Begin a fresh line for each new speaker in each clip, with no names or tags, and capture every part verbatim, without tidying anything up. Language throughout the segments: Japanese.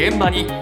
現場に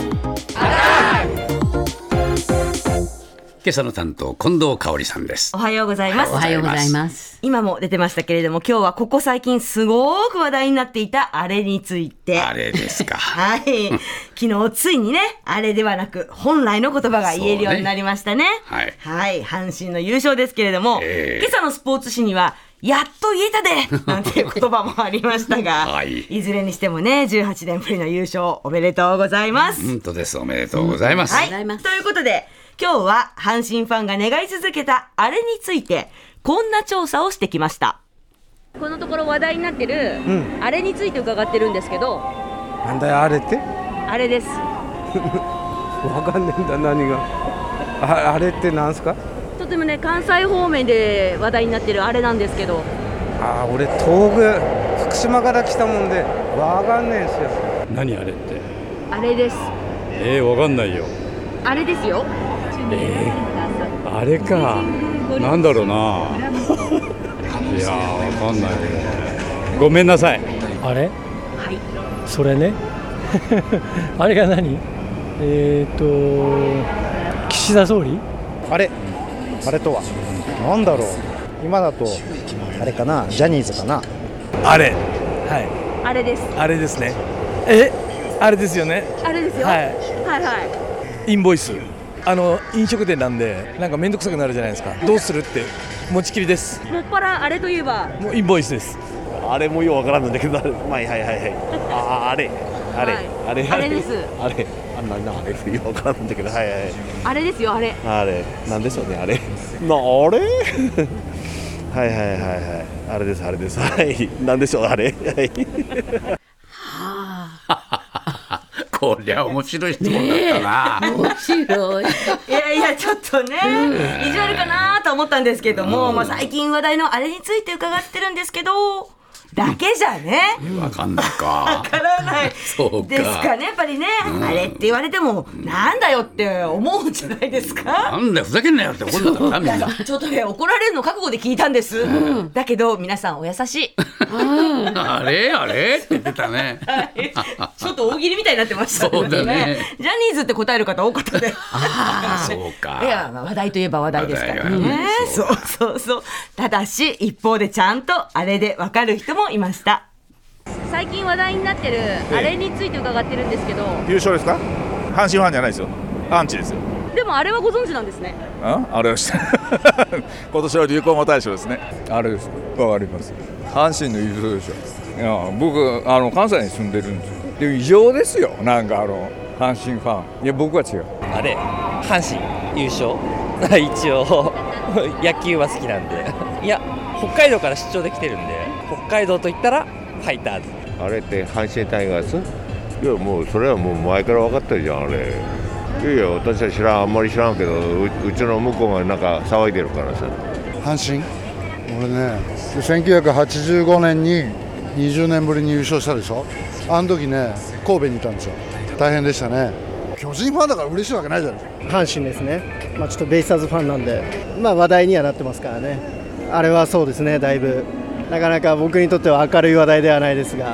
今朝の担当近藤香織さんです。
おはようございます。
おはようございます。
今も出てましたけれども、今日はここ最近すごく話題になっていたあれについて。
あれですか。
はい。昨日ついにね、あれではなく本来の言葉が言えるようになりましたね。
はい。
はい。阪神の優勝ですけれども、
えー、
今朝のスポーツ紙にはやっと言えたでなんていう言葉もありましたが、はい、いずれにしてもね、じゅうはちねんぶりの優勝おめでとうございます。
本当です。おめでとうございます。
はい。ということで、今日は阪神ファンが願い続けたあれについてこんな調査をしてきました。このところ話題になってる、うん、あれについて伺ってるんですけど。
なんだよあれって？あれ
です。
わかんねえんだ何が。 あ, あれってなんすか？
とてもね、関西方面で話題になってるあれなんですけど。
ああ、俺東北福島から来たもんでわかんねえんすよ。
何あれって？
あれです。
えー、わかんないよ。
あれですよ。
えー、あれか。なんだろうな。いやー、わかんないね。ごめんなさい。
あれ？
はい。
それね。あれが何？えーと岸田総理？
あれ？あれとはなんだろう。今だとあれかな、ジャニーズかな。
あれ。はい。
あれです。
あれですね。え？あれですよね。
あれですよ。
はい。
はいはい。
インボイス。あの飲食店なんでなんかめんどくさくなるじゃないですか。どうするって持ちきりです。
もっぱらあれといえば
もうインボイスです。
あれもようわからんんだけど、はいはいはいはい。ああれあれ、はい、あれ
あれです。
あれあんななあれようわからんんだけど、はいはい。
あれですよあれ。
あれなんでしょうねあれ。なあれ。はいはいはいはい。あれですあれです。はい。なんでしょうあれ。はい。
はあ。こりゃ面白い質問だったな、
ね、面白い。
いやいやちょっとね、うん、意地悪かなと思ったんですけども、うん、まあ、最近話題のあれについて伺ってるんですけどだけじゃね、
わかんないか。
わからない
そうか
ですかね、やっぱりね、うん、あれって言われてもなんだよって思うんじゃないですか。
なんだよふざけんなよって怒るんだからみんな。
ちょっとね、怒られるの覚悟で聞いたんです、うん、だけど皆さんお優しい。
あれあれって言ってたね。
ちょっと大喜利みたいになってましたね。
そうだね。
ジャニーズって答える方多かったで。
あそうか。
いや、まあ、話題といえば話題ですからね。ね、そうそうそう。ただし一方でちゃんとあれで分かる人もいました。最近話題になってるあれについて伺ってるんですけど、
優勝ですか？阪神ファンじゃないですよ。アンチですよ。
でもあれはご存知なんですね。
あ? あれはして今年は流行語大賞ですね。
あれですか？わかります。阪神の優勝でしょ。いや僕あの関西に住んでるんですよ。でも異常ですよ。なんかあの阪神ファン。いや僕は違う。
あれ阪神優勝一応野球は好きなんで。いや北海道から出張で来てるんで、北海道といったらファイターズ。
あれって阪神タイガース？いやもうそれはもう前から分かってるじゃんあれ。いやいや私は知らん、あんまり知らんけど う, うちの向こうがなんか騒いでるからさ。
阪神俺ねせんきゅうひゃくはちじゅうごねんににじゅうねんぶりに優勝したでしょ。あの時ね神戸にいたんですよ。大変でしたね。巨人ファンだから嬉しいわけないじゃない。
阪神ですね、まあ、ちょっとベイスターズファンなんで、まあ、話題にはなってますからね。あれはそうですね、だいぶなかなか僕にとっては明るい話題ではないですが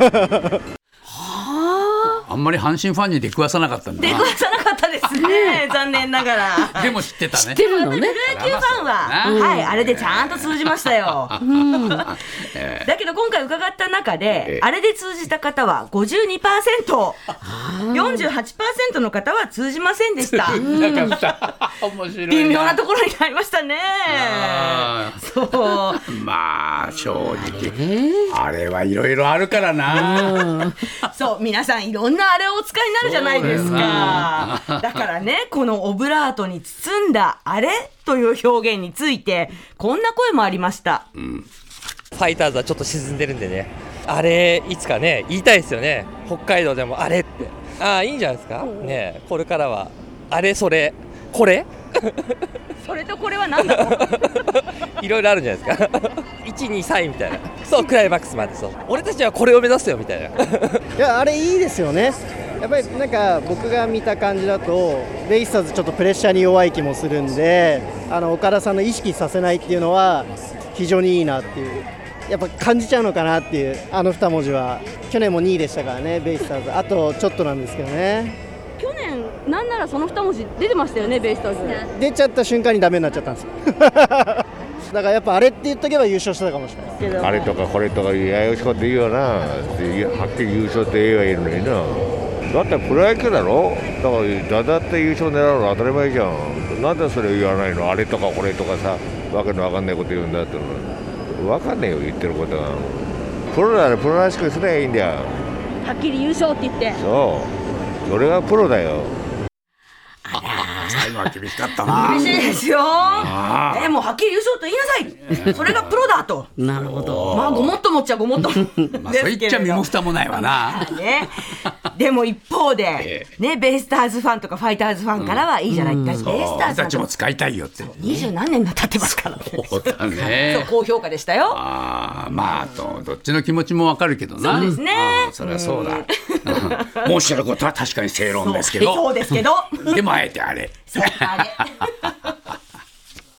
はあ、あんまり阪神ファンに出くわさなかったんだな。
出くわさなかったですね残念ながら。
でも知ってたね。
知ってるのね。
プロ野球ファンは、うん、はい、あれでちゃんと通じましたよ、うんえー、だけど今回伺った中で、えー、あれで通じた方は ごじゅうにパーセント、 よんじゅうはちパーセント の方は通じませんでした。
面白いな。
微妙なところになりましたね。そう
まあ正直あれはいろいろあるからな。
そう皆さんいろんなあれをお使いになるじゃないですか。だからね、このオブラートに包んだあれという表現についてこんな声もありました、うん、
ファイターズはちょっと沈んでるんでね、あれいつかね言いたいですよね。北海道でもあれって、ああいいんじゃないですかね。これからはあれそれこれ
それとこれは何だろう
いろいろあるんじゃないですかいち、に、さんいみたいな。そうクライマックスまで、そう俺たちはこれを目指すよみたいない
やあれいいですよね。やっぱりなんか僕が見た感じだとベイスターズちょっとプレッシャーに弱い気もするんで、あの岡田さんの意識させないっていうのは非常にいいなっていう。 やっぱ感じちゃうのかなっていう、あのに文字は。去年もにいでしたからね、ベイスターズ。あとちょっとなんですけどね。
去年なんならそのに文字出てましたよね、ベイスターズ。
出ちゃった瞬間にダメになっちゃったんですよだからやっぱあれって言っとけば優勝してたかもしれないですけど、
あれとかこれとかややこしいこと言うよな、はっきり優勝って言えばいいのにな。だってプロ野球だろ、だからだだって優勝狙うの当たり前じゃん。なんでそれを言わないの、あれとかこれとかさ、わけのわかんないこと言うんだってのわかんねえよ、言ってることが。プロならプロらしくすればいいんだよ。
はっきり優勝って言って。
そうそれがプロだよ。
最後は厳しかったな。
厳しいですよ。えもうはっきり優勝と言いなさい、それがプロだと。
なるほど。
まあごもっともっちゃごもっと
まあそう言っちゃ身も蓋もないわな
ね、でも一方で、ね、ベイスターズファンとかファイターズファンからはいいじゃないか、ベイスターズ
俺たちも使いたいよって
二十何年が経ってますからね。
そうだね
そう高評価でしたよ。
あまあとどっちの気持ちもわかるけどな。
そうですね、
それはそうだ、申し上げることは確かに正論ですけど、
そうですけど
でもあえてあれ
そうあれ